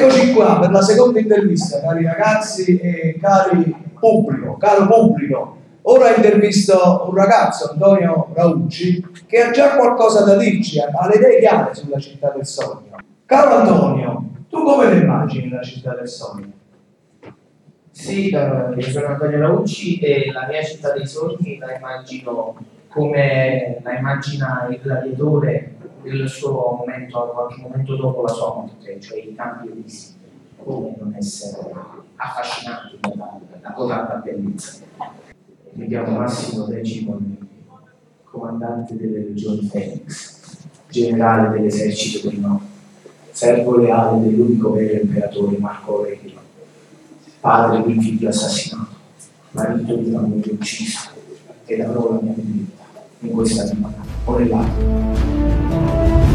Eccoci qua per la seconda intervista, cari ragazzi e caro pubblico. Ora intervisto un ragazzo, Antonio Raucci, che ha già qualcosa da dirci, ha le idee chiare sulla città del sogno. Caro Antonio, tu come ti immagini la città del sogno? Sì, io sono Antonio Raucci e la mia città dei sogni la immagino come la immagina il gladiatore del suo momento, qualche momento dopo la sua morte, cioè i campi elisi, come non essere affascinati da tanta bellezza. Mi chiamo Massimo Decimo, comandante delle regioni Phoenix, generale dell'esercito del nord, servo leale dell'unico vero imperatore Marco Aurelio, padre di un figlio assassinato, marito di una moglie uccisa, e darò la mia vendetta in questa vita o nell'altra.